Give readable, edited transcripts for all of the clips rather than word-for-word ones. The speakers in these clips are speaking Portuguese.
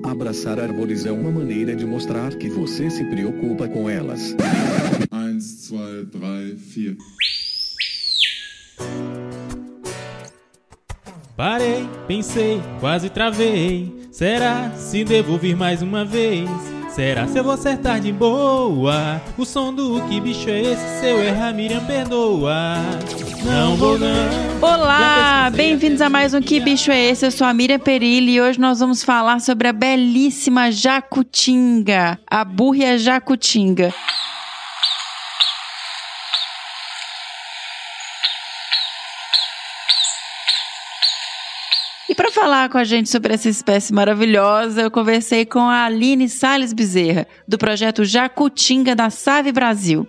Abraçar árvores é uma maneira de mostrar que você se preocupa com elas. 1, 2, 3, 4. Parei, pensei, quase travei. Será se devo vir mais uma vez? Será se eu vou acertar de boa? O som do que bicho é esse? Se eu errar, Miriam, perdoa. Não vou não. Olá, bem-vindos a mais um Que Bicho é Esse? Eu sou a Miriam Perilli e hoje nós vamos falar sobre a belíssima jacutinga, a búrria jacutinga. E para falar com a gente sobre essa espécie maravilhosa, eu conversei com a Aline Salles Bezerra, do projeto Jacutinga da Save Brasil.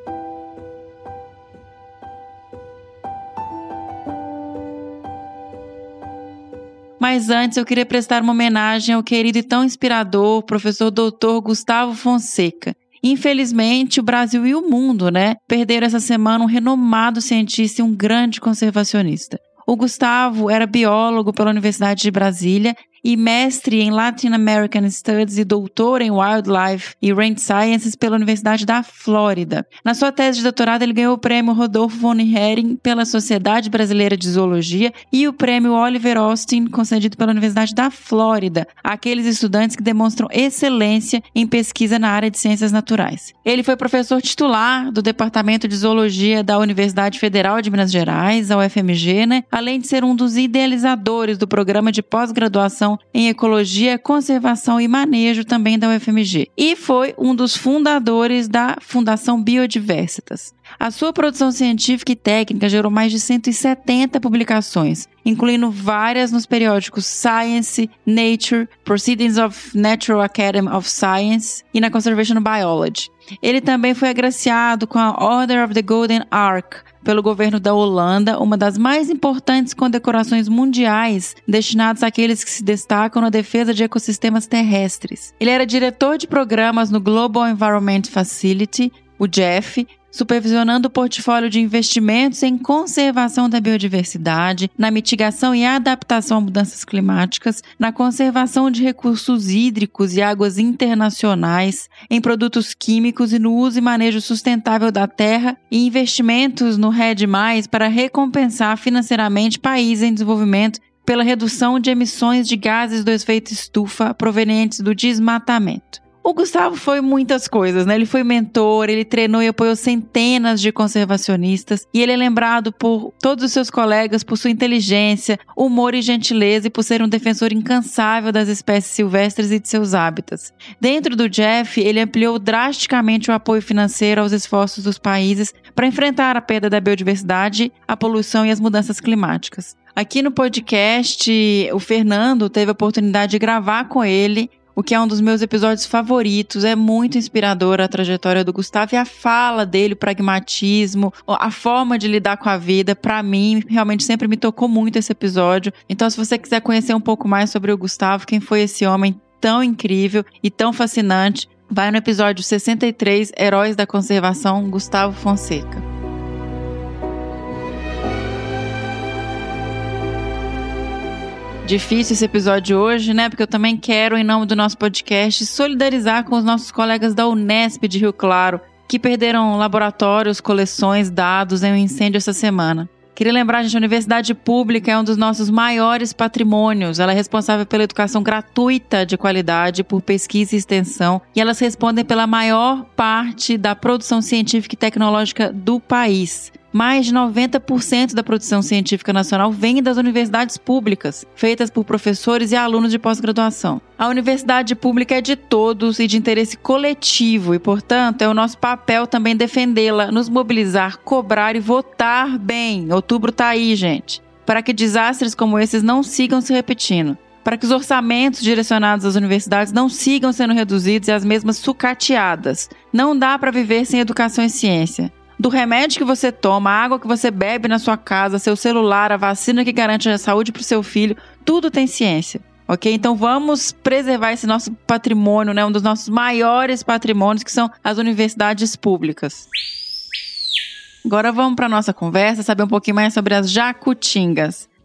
Mas antes eu queria prestar uma homenagem ao querido e tão inspirador professor Dr. Gustavo Fonseca. Infelizmente, o Brasil e o mundo, perderam essa semana um renomado cientista e um grande conservacionista. O Gustavo era biólogo pela Universidade de Brasília e mestre em Latin American Studies e doutor em Wildlife e Range Sciences pela Universidade da Flórida. Na sua tese de doutorado, ele ganhou o prêmio Rodolfo von Hering pela Sociedade Brasileira de Zoologia e o prêmio Oliver Austin, concedido pela Universidade da Flórida, àqueles estudantes que demonstram excelência em pesquisa na área de ciências naturais. Ele foi professor titular do Departamento de Zoologia da Universidade Federal de Minas Gerais, a UFMG, além de ser um dos idealizadores do programa de pós-graduação em Ecologia, Conservação e Manejo também da UFMG. E foi um dos fundadores da Fundação Biodiversitas. A sua produção científica e técnica gerou mais de 170 publicações, incluindo várias nos periódicos Science, Nature, Proceedings of Natural Academy of Science e na Conservation Biology. Ele também foi agraciado com a Order of the Golden Ark pelo governo da Holanda, uma das mais importantes condecorações mundiais destinadas àqueles que se destacam na defesa de ecossistemas terrestres. Ele era diretor de programas no Global Environment Facility, o GEF, supervisionando o portfólio de investimentos em conservação da biodiversidade, na mitigação e adaptação a mudanças climáticas, na conservação de recursos hídricos e águas internacionais, em produtos químicos e no uso e manejo sustentável da terra e investimentos no REDD+, para recompensar financeiramente países em desenvolvimento pela redução de emissões de gases do efeito estufa provenientes do desmatamento. O Gustavo foi muitas coisas, Ele foi mentor, ele treinou e apoiou centenas de conservacionistas e ele é lembrado por todos os seus colegas por sua inteligência, humor e gentileza e por ser um defensor incansável das espécies silvestres e de seus hábitats. Dentro do GEF, ele ampliou drasticamente o apoio financeiro aos esforços dos países para enfrentar a perda da biodiversidade, a poluição e as mudanças climáticas. Aqui no podcast, o Fernando teve a oportunidade de gravar com ele, o que é um dos meus episódios favoritos. É muito inspiradora a trajetória do Gustavo e a fala dele, o pragmatismo, a forma de lidar com a vida. Para mim, realmente sempre me tocou muito esse episódio. Então, se você quiser conhecer um pouco mais sobre o Gustavo, quem foi esse homem tão incrível e tão fascinante, vai no episódio 63, Heróis da Conservação, Gustavo Fonseca. Difícil esse episódio hoje, porque eu também quero, em nome do nosso podcast, solidarizar com os nossos colegas da Unesp de Rio Claro, que perderam laboratórios, coleções, dados em um incêndio essa semana. Queria lembrar, gente, a universidade pública é um dos nossos maiores patrimônios. Ela é responsável pela educação gratuita de qualidade, por pesquisa e extensão, e elas respondem pela maior parte da produção científica e tecnológica do país. Mais de 90% da produção científica nacional vem das universidades públicas, feitas por professores e alunos de pós-graduação. A universidade pública é de todos e de interesse coletivo e, portanto, é o nosso papel também defendê-la, nos mobilizar, cobrar e votar bem. Outubro tá aí, gente. Para que desastres como esses não sigam se repetindo. Para que os orçamentos direcionados às universidades não sigam sendo reduzidos e as mesmas sucateadas. Não dá para viver sem educação e ciência. Do remédio que você toma, a água que você bebe na sua casa, seu celular, a vacina que garante a saúde para o seu filho, tudo tem ciência, ok? Então vamos preservar esse nosso patrimônio, um dos nossos maiores patrimônios, que são as universidades públicas. Agora vamos para a nossa conversa, saber um pouquinho mais sobre as jacutingas.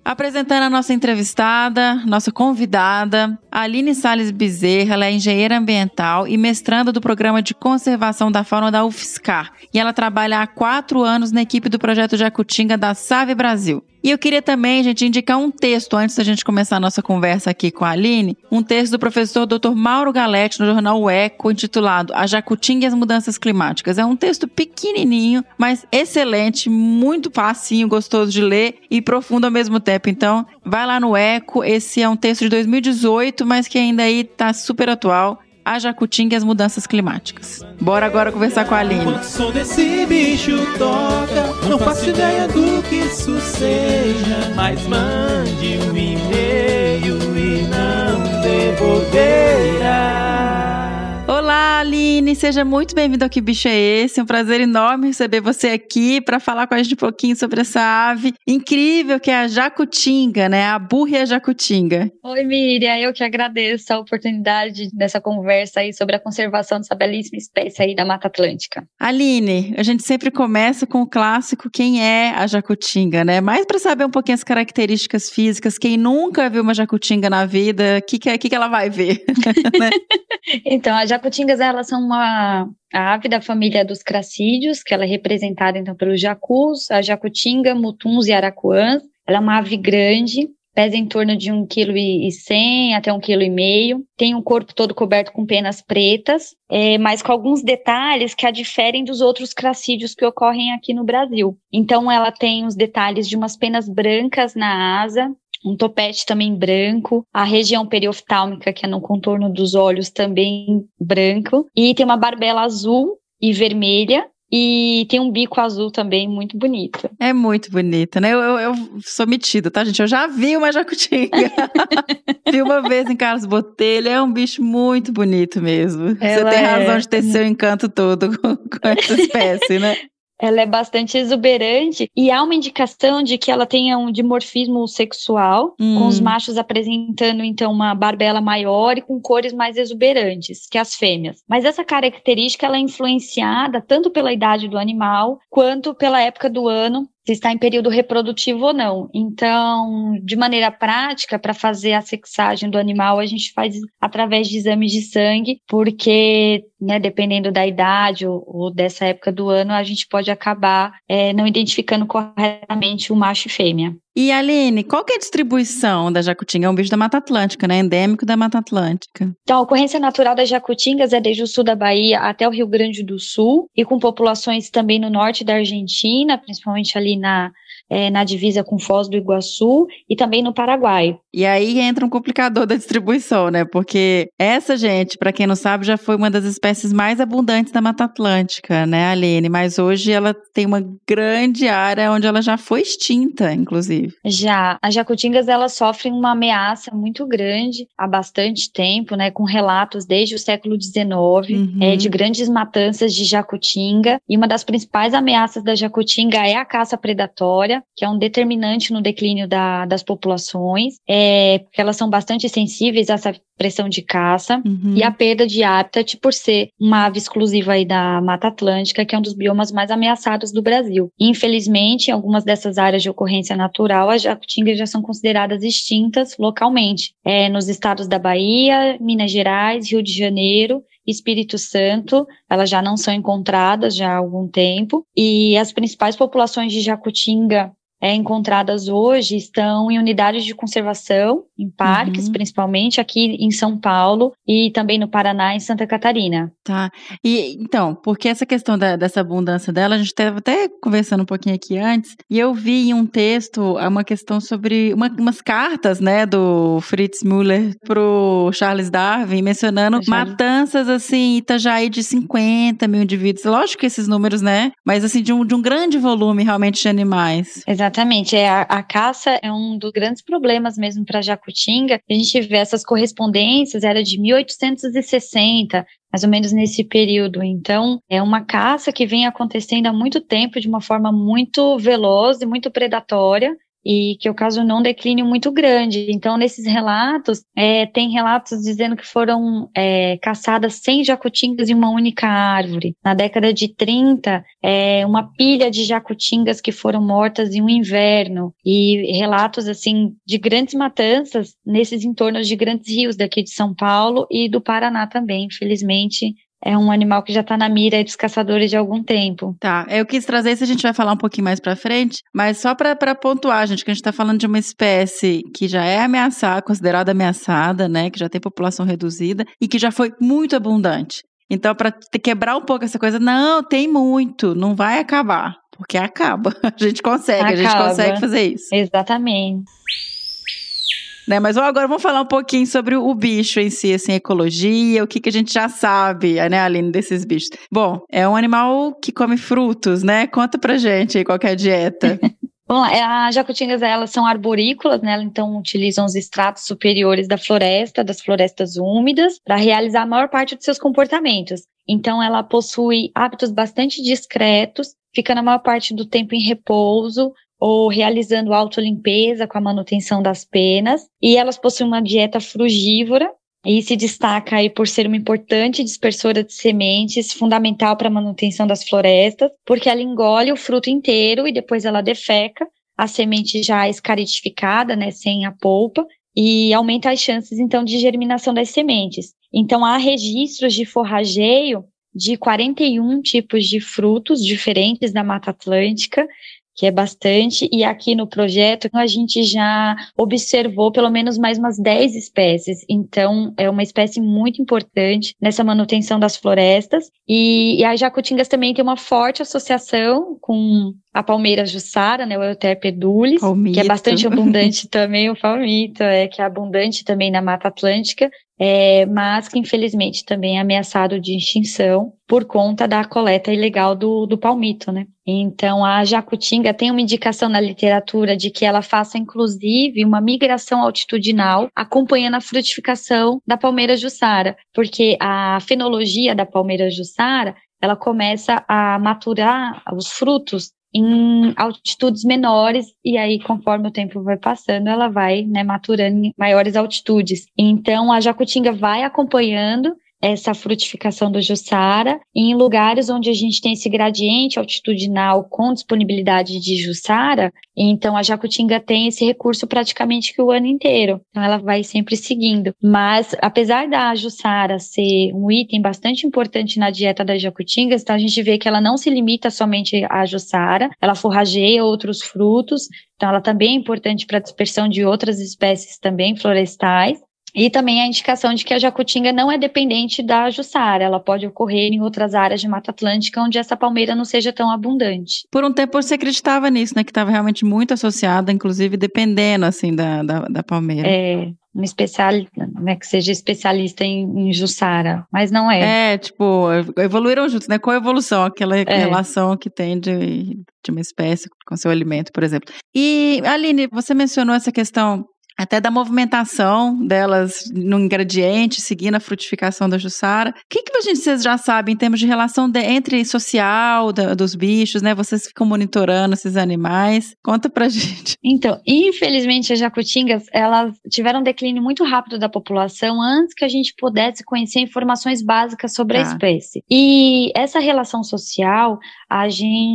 Apresentando a nossa entrevistada, nossa convidada, Aline Salles Bezerra. Ela é engenheira ambiental e mestranda do Programa de Conservação da Fauna da UFSCar. E ela trabalha há 4 anos na equipe do Projeto Jacutinga da SAVE Brasil. E eu queria também, gente, indicar um texto, antes da gente começar a nossa conversa aqui com a Aline, um texto do professor Dr. Mauro Galete, no jornal O Eco, intitulado A Jacutinga e as Mudanças Climáticas. É um texto pequenininho, mas excelente, muito facinho, gostoso de ler e profundo ao mesmo tempo. Então, vai lá no Eco, esse é um texto de 2018, mas que ainda aí tá super atual. A Jacutinga e as Mudanças Climáticas. Bora agora conversar com a Aline. Quando o som desse bicho toca, não faço ideia do que isso seja, mas mande um e-mail e não devolverá. Olá, Aline, seja muito bem-vinda ao Que Bicho é Esse? É um prazer enorme receber você aqui para falar com a gente um pouquinho sobre essa ave incrível que é a jacutinga, né? A Burria jacutinga. Oi, Miriam, eu que agradeço a oportunidade dessa conversa aí sobre a conservação dessa belíssima espécie aí da Mata Atlântica. Aline, a gente sempre começa com o clássico, quem é a jacutinga, né? Mais para saber um pouquinho as características físicas, quem nunca viu uma jacutinga na vida, o que ela vai ver? Né? Então, as jacutingas, elas são a ave da família dos cracídeos, que ela é representada então pelos jacus, a jacutinga, mutuns e aracuãs. Ela é uma ave grande, pesa em torno de 1,1 kg até 1,5 kg. Tem um corpo todo coberto com penas pretas, mas com alguns detalhes que a diferem dos outros cracídeos que ocorrem aqui no Brasil. Então, ela tem os detalhes de umas penas brancas na asa, um topete também branco, a região perioftálmica, que é no contorno dos olhos, também branco, e tem uma barbela azul e vermelha, e tem um bico azul também, muito bonito. É muito bonita, né? Eu sou metida, tá, gente? Eu já vi uma jacutinga. Vi uma vez em Carlos Botelho, é um bicho muito bonito mesmo. Você tem razão de ter seu encanto todo com essa espécie, né? Ela é bastante exuberante e há uma indicação de que ela tenha um dimorfismo sexual, com os machos apresentando então uma barbela maior e com cores mais exuberantes que as fêmeas. Mas essa característica ela é influenciada tanto pela idade do animal quanto pela época do ano, se está em período reprodutivo ou não. Então, de maneira prática, para fazer a sexagem do animal, a gente faz através de exames de sangue, porque, né, dependendo da idade ou dessa época do ano, a gente pode acabar não identificando corretamente o macho e fêmea. E, Aline, qual que é a distribuição da jacutinga? É um bicho da Mata Atlântica, né? Endêmico da Mata Atlântica. Então, a ocorrência natural das jacutingas é desde o sul da Bahia até o Rio Grande do Sul, e com populações também no norte da Argentina, principalmente ali na divisa com Foz do Iguaçu, e também no Paraguai. E aí entra um complicador da distribuição, né? Porque essa, gente, para quem não sabe, já foi uma das espécies mais abundantes da Mata Atlântica, né, Aline? Mas hoje ela tem uma grande área onde ela já foi extinta, inclusive. Já. As jacutingas, elas sofrem uma ameaça muito grande há bastante tempo, né? Com relatos desde o século XIX, de grandes matanças de jacutinga. E uma das principais ameaças da jacutinga é a caça predatória, que é um determinante no declínio das populações, porque elas são bastante sensíveis a essa pressão de caça, e a perda de hábitat por ser uma ave exclusiva aí da Mata Atlântica, que é um dos biomas mais ameaçados do Brasil. Infelizmente, em algumas dessas áreas de ocorrência natural, as jacutingas já são consideradas extintas localmente, nos estados da Bahia, Minas Gerais, Rio de Janeiro, Espírito Santo. Elas já não são encontradas já há algum tempo, e as principais populações de jacutinga encontradas hoje estão em unidades de conservação, em parques, principalmente aqui em São Paulo e também no Paraná e Santa Catarina. Tá. E então, porque essa questão dessa abundância dela, a gente estava até conversando um pouquinho aqui antes, e eu vi em um texto uma questão sobre umas cartas, né, do Fritz Müller pro Charles Darwin, mencionando matanças, assim, Itajaí de 50 mil indivíduos. Lógico que esses números, né, mas assim, de um grande volume realmente de animais. Exatamente. A caça é um dos grandes problemas mesmo para a jacutinga. A gente vê essas correspondências, era de 1860, mais ou menos nesse período. Então, é uma caça que vem acontecendo há muito tempo, de uma forma muito veloz e muito predatória. e que ocasionou um declínio muito grande. Então, nesses relatos, tem relatos dizendo que foram caçadas 100 jacutingas em uma única árvore. Na década de 30, uma pilha de jacutingas que foram mortas em um inverno, e relatos, assim, de grandes matanças nesses entornos de grandes rios daqui de São Paulo e do Paraná também, infelizmente. É um animal que já está na mira dos caçadores de algum tempo. Tá, eu quis trazer isso, a gente vai falar um pouquinho mais pra frente, mas só para pontuar, gente, que a gente tá falando de uma espécie que já é ameaçada, considerada ameaçada, né, que já tem população reduzida e que já foi muito abundante. Então, para quebrar um pouco essa coisa, não, tem muito, não vai acabar, porque acaba. A gente consegue fazer isso. Exatamente. Né, mas agora vamos falar um pouquinho sobre o bicho em si, assim, ecologia, o que a gente já sabe, né, Aline, desses bichos. Bom, é um animal que come frutos, né? Conta pra gente aí qual que é a dieta. Vamos lá, as jacutingas, elas são arborícolas, né? Então utilizam os estratos superiores da floresta, das florestas úmidas, para realizar a maior parte dos seus comportamentos. Então ela possui hábitos bastante discretos, fica na maior parte do tempo em repouso, ou realizando autolimpeza com a manutenção das penas, e elas possuem uma dieta frugívora, e se destaca aí por ser uma importante dispersora de sementes, fundamental para a manutenção das florestas, porque ela engole o fruto inteiro e depois ela defeca a semente já escaritificada, né, sem a polpa, e aumenta as chances, então, de germinação das sementes. Então, há registros de forrageio de 41 tipos de frutos diferentes da Mata Atlântica, que é bastante, e aqui no projeto a gente já observou pelo menos mais umas 10 espécies, então é uma espécie muito importante nessa manutenção das florestas, e as jacutingas também têm uma forte associação com a palmeira jussara, né, o Euterpe edulis, que é bastante abundante também, o palmito, que é abundante também na Mata Atlântica, mas que infelizmente também é ameaçado de extinção por conta da coleta ilegal do palmito, né? Então a jacutinga tem uma indicação na literatura de que ela faça inclusive uma migração altitudinal acompanhando a frutificação da palmeira jussara, porque a fenologia da palmeira jussara, ela começa a maturar os frutos em altitudes menores, e aí conforme o tempo vai passando, ela vai, né, maturando em maiores altitudes. Então a jacutinga vai acompanhando essa frutificação do jussara em lugares onde a gente tem esse gradiente altitudinal com disponibilidade de jussara, então a jacutinga tem esse recurso praticamente que o ano inteiro, então ela vai sempre seguindo. Mas apesar da jussara ser um item bastante importante na dieta das jacutingas, então a gente vê que ela não se limita somente à jussara, ela forrageia outros frutos, então ela também é importante para a dispersão de outras espécies também florestais. E também a indicação de que a jacutinga não é dependente da jussara, ela pode ocorrer em outras áreas de Mata Atlântica onde essa palmeira não seja tão abundante. Por um tempo você acreditava nisso, né, que estava realmente muito associada, inclusive dependendo, assim, da palmeira. Um especialista, né, que seja especialista em jussara, mas não é. Tipo, evoluíram juntos, né, coevolução, aquela relação que tem de uma espécie com seu alimento, por exemplo. E, Aline, você mencionou essa questão até da movimentação delas no ingrediente, seguindo a frutificação da jussara. O que vocês já sabem em termos de relação entre social dos bichos, né? Vocês ficam monitorando esses animais. Conta pra gente. Então, infelizmente as jacutingas, elas tiveram um declínio muito rápido da população antes que a gente pudesse conhecer informações básicas sobre a espécie. E essa relação social, a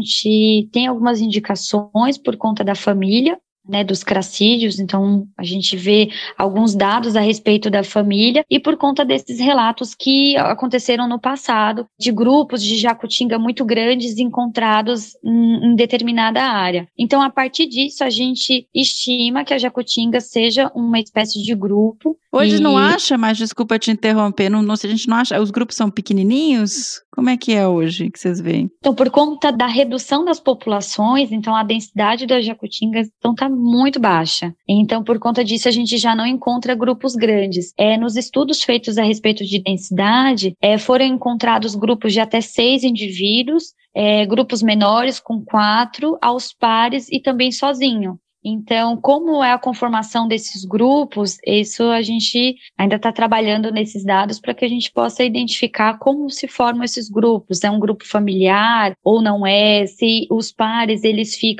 gente tem algumas indicações por conta da família, né, dos cracídeos, então a gente vê alguns dados a respeito da família e por conta desses relatos que aconteceram no passado, de grupos de jacutinga muito grandes encontrados em determinada área. Então, a partir disso, a gente estima que a jacutinga seja uma espécie de grupo. Hoje não acha, mas desculpa te interromper, a gente não acha, os grupos são pequenininhos? Como é que é hoje que vocês veem? Então, por conta da redução das populações, então a densidade das jacutingas está muito baixa. Então, por conta disso, a gente já não encontra grupos grandes. Nos estudos feitos a respeito de densidade, foram encontrados grupos de até 6 indivíduos, grupos menores com 4, aos pares e também sozinho. Então, como é a conformação desses grupos, isso a gente ainda está trabalhando nesses dados para que a gente possa identificar como se formam esses grupos. É um grupo familiar ou não é? Se os pares eles ficam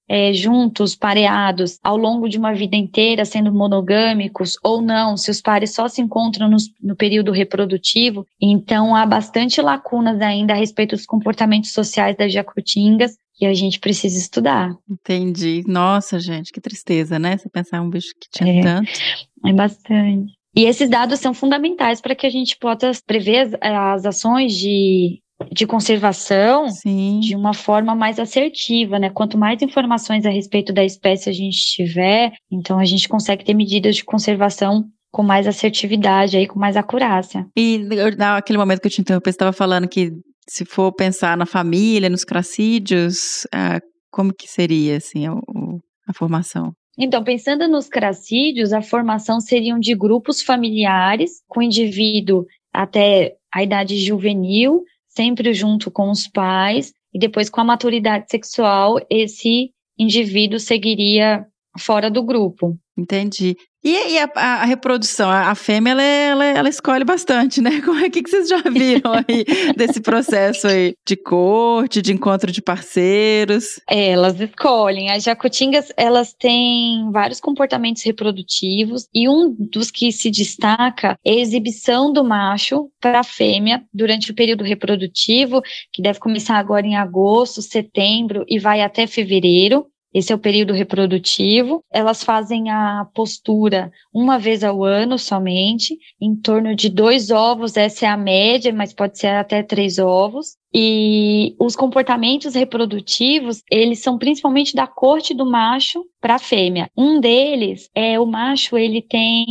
juntos, pareados, ao longo de uma vida inteira, sendo monogâmicos ou não, se os pares só se encontram no período reprodutivo, então há bastante lacunas ainda a respeito dos comportamentos sociais das jacutingas que a gente precisa estudar. Entendi. Nossa, gente, que tristeza, né? Você pensar um bicho que tinha tanto. É bastante. E esses dados são fundamentais para que a gente possa prever as ações de conservação Sim. de uma forma mais assertiva, né? Quanto mais informações a respeito da espécie a gente tiver, então a gente consegue ter medidas de conservação com mais assertividade, aí, com mais acurácia. E naquele momento que eu te interrompi, você estava falando que se for pensar na família, nos cracídeos, como que seria assim, a formação? Então, pensando nos cracídeos, a formação seriam de grupos familiares, com o indivíduo até a idade juvenil, sempre junto com os pais, e depois com a maturidade sexual, esse indivíduo seguiria fora do grupo. Entendi. E a reprodução, a fêmea, ela escolhe bastante, né? O que vocês já viram aí desse processo aí de corte, de encontro de parceiros? Elas escolhem. As jacutingas, elas têm vários comportamentos reprodutivos e um dos que se destaca é a exibição do macho para a fêmea durante o período reprodutivo, que deve começar agora em agosto, setembro e vai até fevereiro. Esse é o período reprodutivo. Elas fazem a postura uma vez ao ano somente, em torno de 2 ovos, essa é a média, mas pode ser até 3 ovos. E os comportamentos reprodutivos, eles são principalmente da corte do macho para a fêmea. Um deles o macho, ele tem...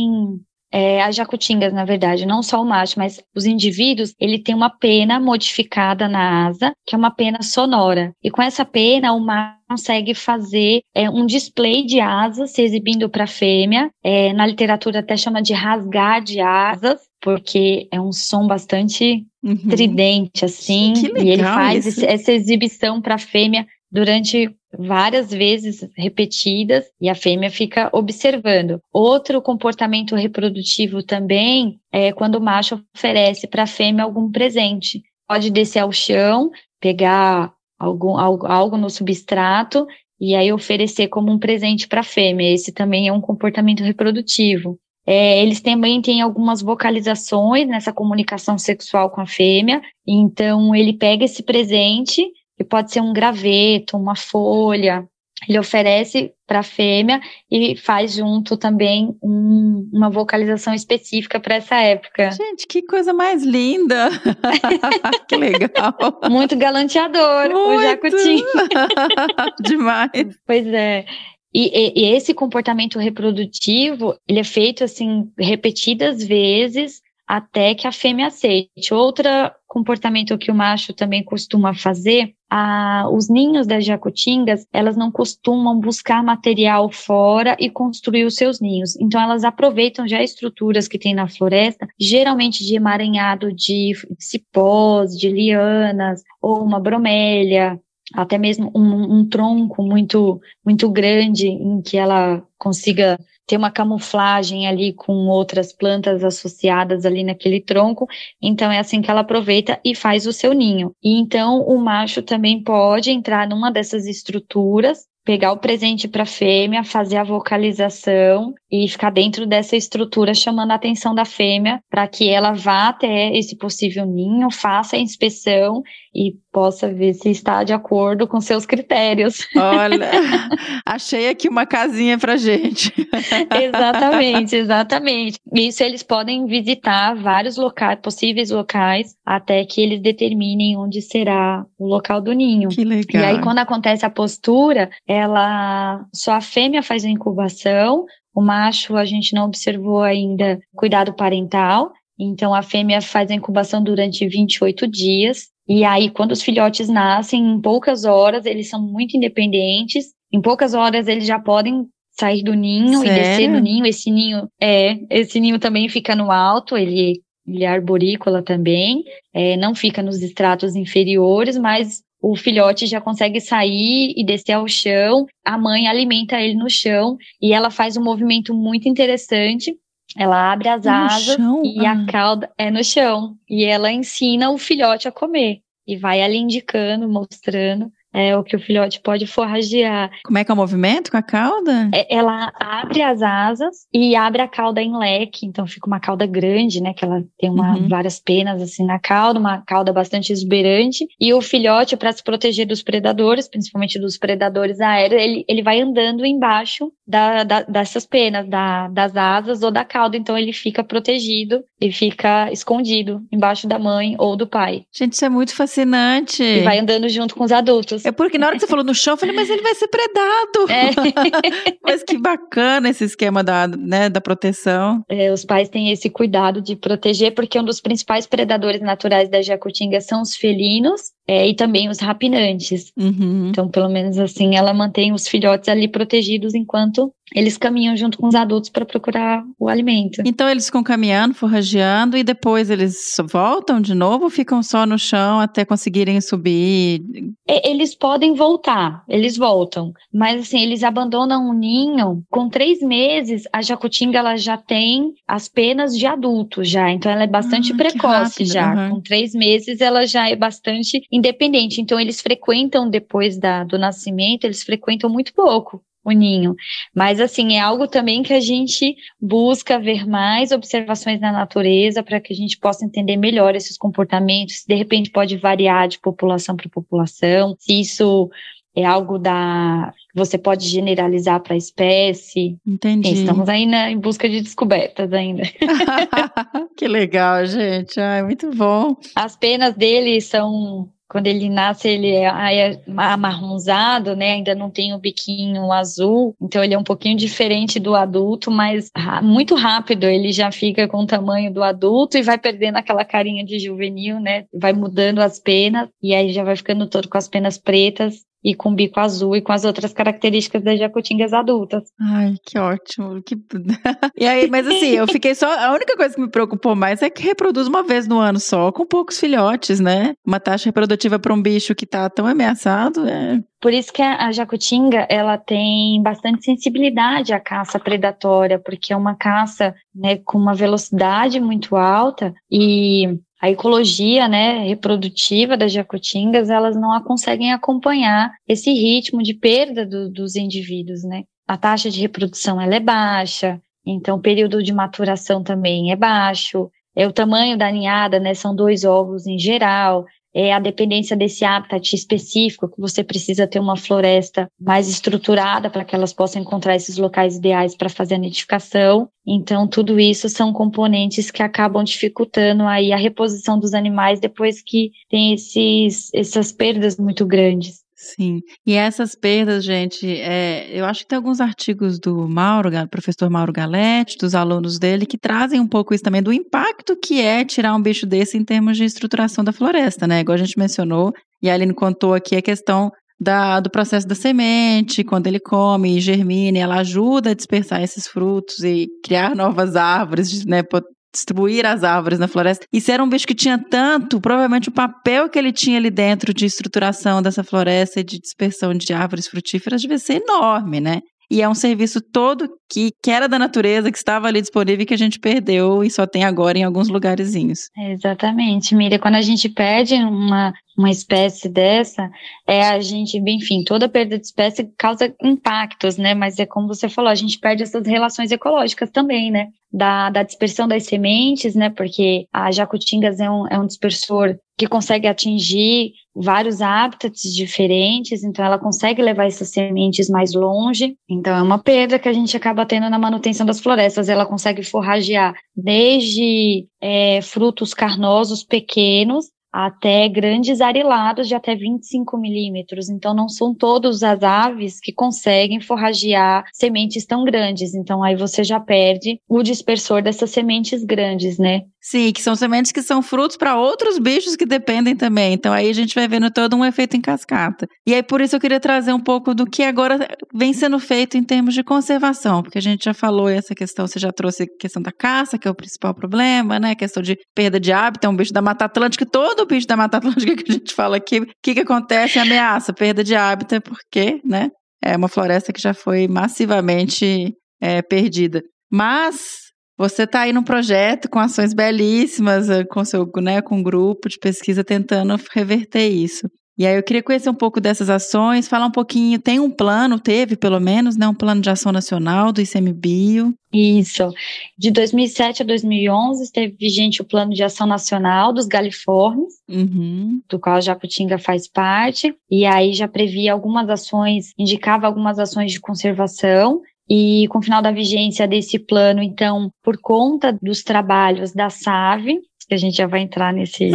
as jacutingas, na verdade, não só o macho, mas os indivíduos, ele tem uma pena modificada na asa, que é uma pena sonora. E com essa pena, o macho consegue fazer um display de asas, se exibindo para a fêmea. Na literatura até chama de rasgar de asas, porque é um som bastante tridente, assim. Que legal, e ele faz isso. essa exibição para a fêmea durante várias vezes repetidas, e a fêmea fica observando. Outro comportamento reprodutivo também é quando o macho oferece para a fêmea algum presente. Pode descer ao chão, pegar algo no substrato e aí oferecer como um presente para a fêmea. Esse também é um comportamento reprodutivo. Eles também têm algumas vocalizações nessa comunicação sexual com a fêmea, então ele pega esse presente, que pode ser um graveto, uma folha, ele oferece para a fêmea e faz junto também uma vocalização específica para essa época. Gente, que coisa mais linda! Que legal! Muito galanteador, o jacutinga. Demais! Pois é. E esse comportamento reprodutivo, ele é feito assim repetidas vezes até que a fêmea aceite. Outro comportamento que o macho também costuma fazer, os ninhos das jacutingas, elas não costumam buscar material fora e construir os seus ninhos. Então, elas aproveitam já estruturas que tem na floresta, geralmente de emaranhado de cipós, de lianas, ou uma bromélia, até mesmo um tronco muito, muito grande em que ela consiga ter uma camuflagem ali com outras plantas associadas ali naquele tronco. Então é assim que ela aproveita e faz o seu ninho. E então o macho também pode entrar numa dessas estruturas, pegar o presente para a fêmea, fazer a vocalização e ficar dentro dessa estrutura chamando a atenção da fêmea para que ela vá até esse possível ninho, faça a inspeção e possa ver se está de acordo com seus critérios. Olha, achei aqui uma casinha pra gente. Exatamente, exatamente. Isso eles podem visitar vários locais, possíveis locais, até que eles determinem onde será o local do ninho. Que legal. E aí, quando acontece a postura, só a fêmea faz a incubação, o macho a gente não observou ainda cuidado parental, então a fêmea faz a incubação durante 28 dias, e aí quando os filhotes nascem, em poucas horas, eles são muito independentes, em poucas horas eles já podem sair do ninho. Sério? E descer no ninho. Esse ninho também fica no alto, ele é arborícola também, não fica nos estratos inferiores, mas o filhote já consegue sair e descer ao chão, a mãe alimenta ele no chão e ela faz um movimento muito interessante. Ela abre as asas e a cauda é no chão. E ela ensina o filhote a comer. E vai ali indicando, mostrando é o que o filhote pode forragear. Como é que é o movimento com a cauda? Ela abre as asas e abre a cauda em leque, então fica uma cauda grande, né, que ela tem várias penas assim na cauda, uma cauda bastante exuberante, e o filhote, para se proteger dos predadores, principalmente dos predadores aéreos, ele vai andando embaixo dessas penas, das asas ou da cauda, então ele fica protegido e fica escondido embaixo da mãe ou do pai. Gente, isso é muito fascinante. E vai andando junto com os adultos. É porque na hora que você falou no chão, eu falei, mas ele vai ser predado. Mas que bacana esse esquema da proteção. Os pais têm esse cuidado de proteger, porque um dos principais predadores naturais da jacutinga são os felinos e também os rapinantes. Então, pelo menos assim, ela mantém os filhotes ali protegidos enquanto eles caminham junto com os adultos para procurar o alimento. Então, eles ficam caminhando, forrageando, e depois eles voltam de novo ou ficam só no chão até conseguirem subir? Eles podem voltar, eles voltam. Mas, assim, eles abandonam o ninho. Com 3 meses, a jacutinga ela já tem as penas de adulto já. Então, ela é bastante precoce já. Com 3 meses, ela já é bastante independente. Então, eles frequentam, depois do nascimento, eles frequentam muito pouco o ninho. Mas, assim, é algo também que a gente busca ver mais observações na natureza para que a gente possa entender melhor esses comportamentos. De repente, pode variar de população para população. Se isso é algo você pode generalizar para a espécie. Entendi. Estamos aí em busca de descobertas ainda. Que legal, gente. Ai, muito bom. As penas dele são... Quando ele nasce, ele é amarronzado, né? Ainda não tem o biquinho azul. Então, ele é um pouquinho diferente do adulto, mas muito rápido ele já fica com o tamanho do adulto e vai perdendo aquela carinha de juvenil, né? Vai mudando as penas e aí já vai ficando todo com as penas pretas e com o bico azul e com as outras características das jacutingas adultas. Ai, que ótimo. E aí, mas assim, eu fiquei só... A única coisa que me preocupou mais é que reproduz uma vez no ano só, com poucos filhotes, né? Uma taxa reprodutiva para um bicho que tá tão ameaçado, Por isso que a jacutinga, ela tem bastante sensibilidade à caça predatória, porque é uma caça, né, com uma velocidade muito alta e... A ecologia, né, reprodutiva das jacutingas, elas não conseguem acompanhar esse ritmo de perda dos indivíduos, né? A taxa de reprodução ela é baixa, então o período de maturação também é baixo, o tamanho da ninhada, né, são 2 ovos em geral, a dependência desse habitat específico, que você precisa ter uma floresta mais estruturada para que elas possam encontrar esses locais ideais para fazer a nidificação. Então, tudo isso são componentes que acabam dificultando aí a reposição dos animais depois que tem essas perdas muito grandes. Sim, e essas perdas, gente, eu acho que tem alguns artigos do professor Mauro Galetti, dos alunos dele, que trazem um pouco isso também, do impacto que é tirar um bicho desse em termos de estruturação da floresta, né? Igual a gente mencionou, e a Aline contou aqui a questão do processo da semente, quando ele come e germina, ela ajuda a dispersar esses frutos e criar novas árvores, né? Distribuir as árvores na floresta. E se era um bicho que tinha tanto, provavelmente o papel que ele tinha ali dentro de estruturação dessa floresta e de dispersão de árvores frutíferas devia ser enorme, né? E é um serviço todo que era da natureza, que estava ali disponível e que a gente perdeu e só tem agora em alguns lugarzinhos. Exatamente, Miriam. Quando a gente perde uma espécie dessa, a gente, enfim, toda perda de espécie causa impactos, né? Mas é como você falou, a gente perde essas relações ecológicas também, né? Da dispersão das sementes, né? Porque a jacutingas é um dispersor que consegue atingir vários hábitats diferentes, então ela consegue levar essas sementes mais longe. Então é uma perda que a gente acaba tendo na manutenção das florestas. Ela consegue forragear desde frutos carnosos pequenos até grandes arilados de até 25 milímetros. Então, não são todas as aves que conseguem forragear sementes tão grandes. Então, aí você já perde o dispersor dessas sementes grandes, né? Sim, que são sementes que são frutos para outros bichos que dependem também. Então, aí a gente vai vendo todo um efeito em cascata. E aí, por isso, eu queria trazer um pouco do que agora vem sendo feito em termos de conservação, porque a gente já falou essa questão, você já trouxe a questão da caça, que é o principal problema, né? A questão de perda de hábitat, um bicho da Mata Atlântica, todo bicho da Mata Atlântica que a gente fala aqui, o que acontece? Ameaça, perda de hábitat, porque, né? É uma floresta que já foi massivamente perdida. Mas você está aí num projeto com ações belíssimas, com seu, né, com um grupo de pesquisa tentando reverter isso. E aí eu queria conhecer um pouco dessas ações, falar um pouquinho, teve pelo menos, né, um plano de ação nacional do ICMBio. Isso. De 2007 a 2011 esteve vigente o Plano de Ação Nacional dos Galiformes, do qual a Jacutinga faz parte, e aí já previa algumas ações, indicava algumas ações de conservação. E com o final da vigência desse plano, então, por conta dos trabalhos da SAVE, que a gente já vai entrar nesse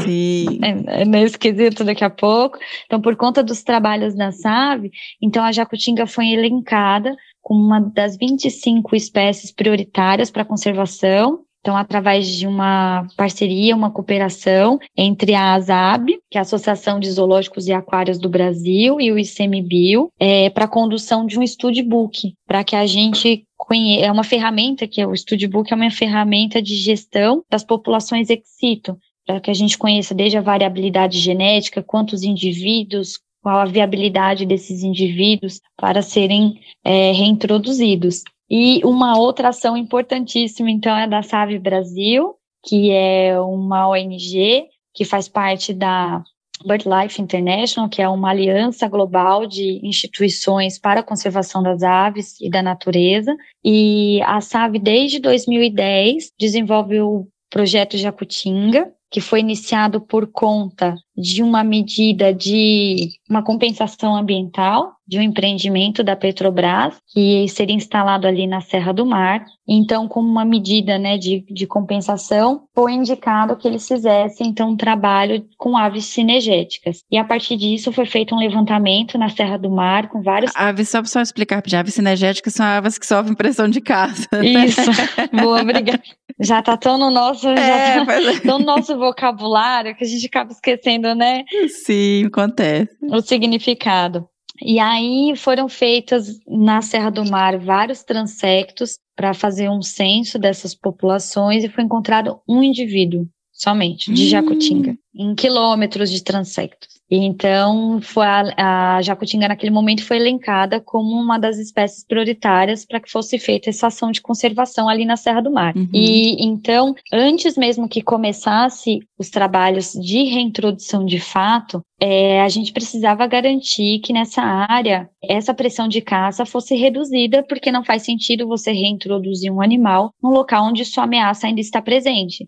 quesito daqui a pouco, então, por conta dos trabalhos da SAVE, então a Jacutinga foi elencada como uma das 25 espécies prioritárias para conservação. Então, através de uma parceria, uma cooperação entre a ASAB, que é a Associação de Zoológicos e Aquários do Brasil, e o ICMBio, para a condução de um studbook, para que a gente conheça. É uma ferramenta, que é o studbook, é uma ferramenta de gestão das populações ex situ, para que a gente conheça desde a variabilidade genética, quantos indivíduos, qual a viabilidade desses indivíduos para serem reintroduzidos. E uma outra ação importantíssima, então, é da SAVE Brasil, que é uma ONG que faz parte da BirdLife International, que é uma aliança global de instituições para a conservação das aves e da natureza. E a SAVE, desde 2010, desenvolve o projeto Jacutinga, que foi iniciado por conta de uma medida de uma compensação ambiental, de um empreendimento da Petrobras, que seria instalado ali na Serra do Mar. Então, como uma medida, né, de compensação, foi indicado que eles fizessem, então, um trabalho com aves cinegéticas. E, a partir disso, foi feito um levantamento na Serra do Mar, com vários... Aves, só explicar, aves cinegéticas são aves que sofrem pressão de caça. Isso, boa, obrigada. Já tá tão no nosso, tão no nosso vocabulário que a gente acaba esquecendo, né? Sim, acontece. O significado. E aí foram feitas na Serra do Mar vários transectos para fazer um censo dessas populações e foi encontrado um indivíduo somente de Jacutinga, em quilômetros de transectos. E então a Jacutinga naquele momento foi elencada como uma das espécies prioritárias para que fosse feita essa ação de conservação ali na Serra do Mar. E então, antes mesmo que começasse os trabalhos de reintrodução de fato, a gente precisava garantir que nessa área essa pressão de caça fosse reduzida, porque não faz sentido você reintroduzir um animal num local onde sua ameaça ainda está presente.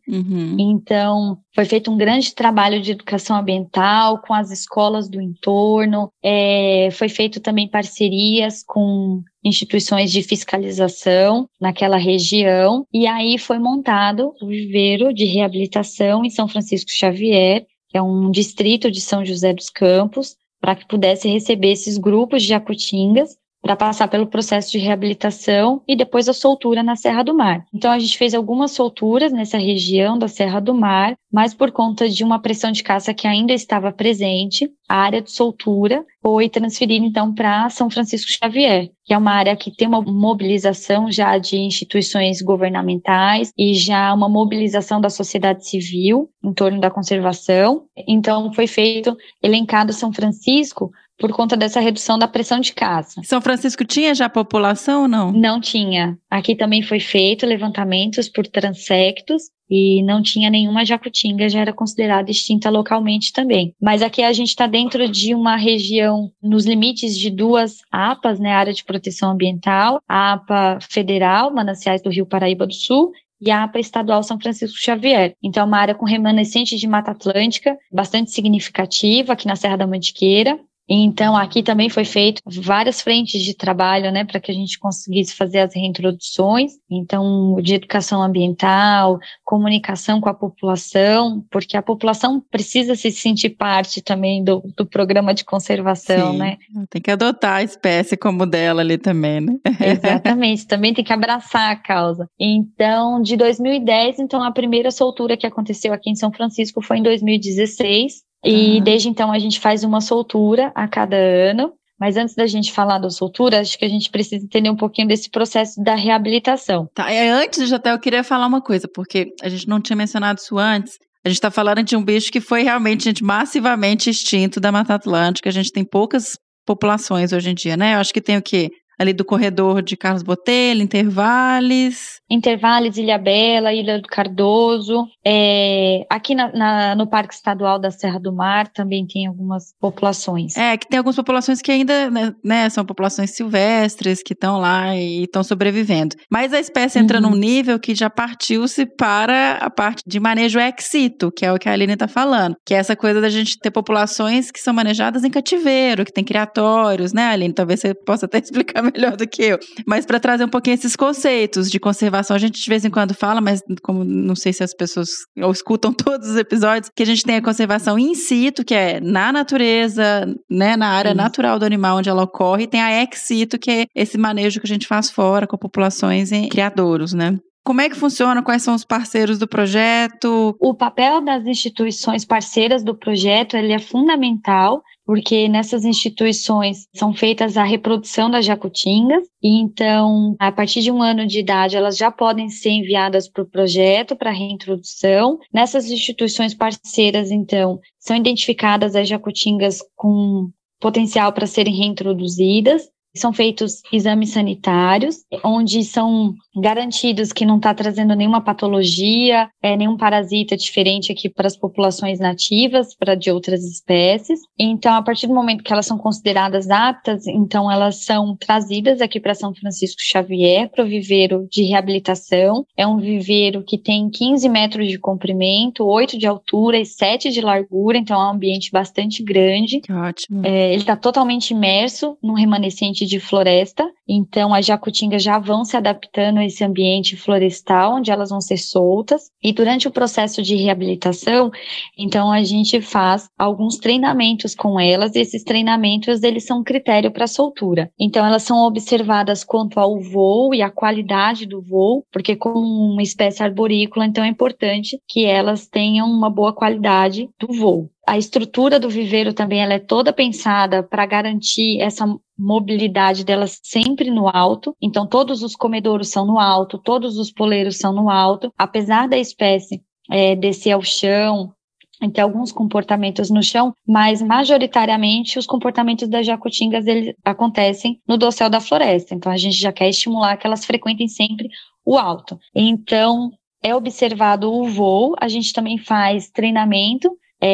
Então, foi feito um grande trabalho de educação ambiental com as escolas do entorno, foi feito também parcerias com instituições de fiscalização naquela região, e aí foi montado o viveiro de reabilitação em São Francisco Xavier, que é um distrito de São José dos Campos, para que pudesse receber esses grupos de jacutingas para passar pelo processo de reabilitação e depois a soltura na Serra do Mar. Então, a gente fez algumas solturas nessa região da Serra do Mar, mas por conta de uma pressão de caça que ainda estava presente, a área de soltura foi transferida, então, para São Francisco Xavier, que é uma área que tem uma mobilização já de instituições governamentais e já uma mobilização da sociedade civil em torno da conservação. Então, foi elencado São Francisco por conta dessa redução da pressão de caça. São Francisco tinha já população ou não? Não tinha. Aqui também foi feito levantamentos por transectos e não tinha nenhuma jacutinga, já era considerada extinta localmente também. Mas aqui a gente está dentro de uma região, nos limites de duas APAs, né, área de proteção ambiental, a APA federal, Mananciais do Rio Paraíba do Sul, e a APA estadual São Francisco Xavier. Então, é uma área com remanescente de Mata Atlântica, bastante significativa aqui na Serra da Mantiqueira. Então, aqui também foi feito várias frentes de trabalho, né, para que a gente conseguisse fazer as reintroduções. Então, de educação ambiental, comunicação com a população, porque a população precisa se sentir parte também do programa de conservação, sim, né? Tem que adotar a espécie como dela ali também, né? Exatamente, também tem que abraçar a causa. Então, de 2010, então, a primeira soltura que aconteceu aqui em São Francisco foi em 2016. E desde então a gente faz uma soltura a cada ano, mas antes da gente falar da soltura, acho que a gente precisa entender um pouquinho desse processo da reabilitação. Tá, antes eu queria falar uma coisa, porque a gente não tinha mencionado isso antes. A gente está falando de um bicho que foi realmente, gente, massivamente extinto da Mata Atlântica. A gente tem poucas populações hoje em dia, né? Eu acho que tem o quê? ali do corredor de Carlos Botelho, Intervales. Intervales, Ilhabela, Ilha do Cardoso. Aqui no Parque Estadual da Serra do Mar também tem algumas populações. Que tem algumas populações que ainda, né, são populações silvestres que estão lá e estão sobrevivendo. Mas a espécie entra num nível que já partiu-se para a parte de manejo ex situ, que é o que a Aline está falando, que é essa coisa da gente ter populações que são manejadas em cativeiro, que tem criatórios, né, Aline? Talvez você possa até explicar melhor do que eu. Mas para trazer um pouquinho esses conceitos de conservação, a gente de vez em quando fala, mas como não sei se as pessoas escutam todos os episódios, que a gente tem a conservação in situ, que é na natureza, né, na área natural do animal onde ela ocorre, e tem a ex situ, que é esse manejo que a gente faz fora com populações em criadouros, né? Como é que funciona? Quais são os parceiros do projeto? O papel das instituições parceiras do projeto, ele é fundamental, porque nessas instituições são feitas a reprodução das jacutingas, e então, a partir de 1 ano de idade, elas já podem ser enviadas para o projeto, para reintrodução. Nessas instituições parceiras, então, são identificadas as jacutingas com potencial para serem reintroduzidas. São feitos exames sanitários, onde são garantidos que não está trazendo nenhuma patologia, nenhum parasita diferente aqui para as populações nativas, para de outras espécies. Então, a partir do momento que elas são consideradas aptas, então elas são trazidas aqui para São Francisco Xavier, para o viveiro de reabilitação. É um viveiro que tem 15 metros de comprimento, 8 de altura e 7 de largura, então é um ambiente bastante grande. Que ótimo. Ele está totalmente imerso num remanescente de floresta, então as jacutingas já vão se adaptando a esse ambiente florestal, onde elas vão ser soltas, e durante o processo de reabilitação, então a gente faz alguns treinamentos com elas, e esses treinamentos, eles são critério para soltura. Então elas são observadas quanto ao voo e a qualidade do voo, porque como uma espécie arborícola, então é importante que elas tenham uma boa qualidade do voo. A estrutura do viveiro também ela é toda pensada para garantir essa mobilidade delas sempre no alto. Então, todos os comedouros são no alto, todos os poleiros são no alto. Apesar da espécie descer ao chão, ter alguns comportamentos no chão, mas majoritariamente os comportamentos das jacutingas eles acontecem no dossel da floresta. Então, a gente já quer estimular que elas frequentem sempre o alto. Então, é observado o voo, a gente também faz treinamento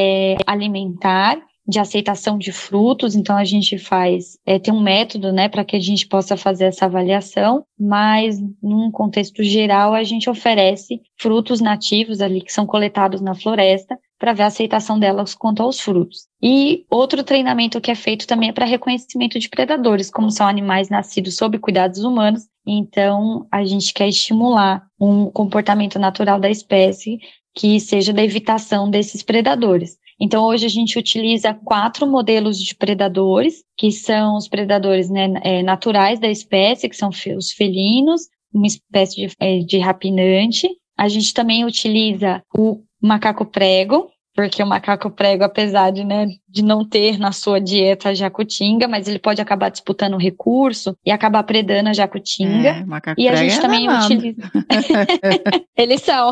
alimentar, de aceitação de frutos, então a gente tem um método, né, para que a gente possa fazer essa avaliação, mas num contexto geral a gente oferece frutos nativos ali que são coletados na floresta para ver a aceitação delas quanto aos frutos. E outro treinamento que é feito também é para reconhecimento de predadores, como são animais nascidos sob cuidados humanos, então a gente quer estimular um comportamento natural da espécie que seja da evitação desses predadores. Então, hoje a gente utiliza 4 modelos de predadores, que são os predadores naturais da espécie, que são os felinos, uma espécie de rapinante. A gente também utiliza o macaco prego, porque o macaco prego, apesar de não ter na sua dieta a jacutinga, mas ele pode acabar disputando o recurso e acabar predando a jacutinga. Macaco e a prego gente também utiliza... Eles são...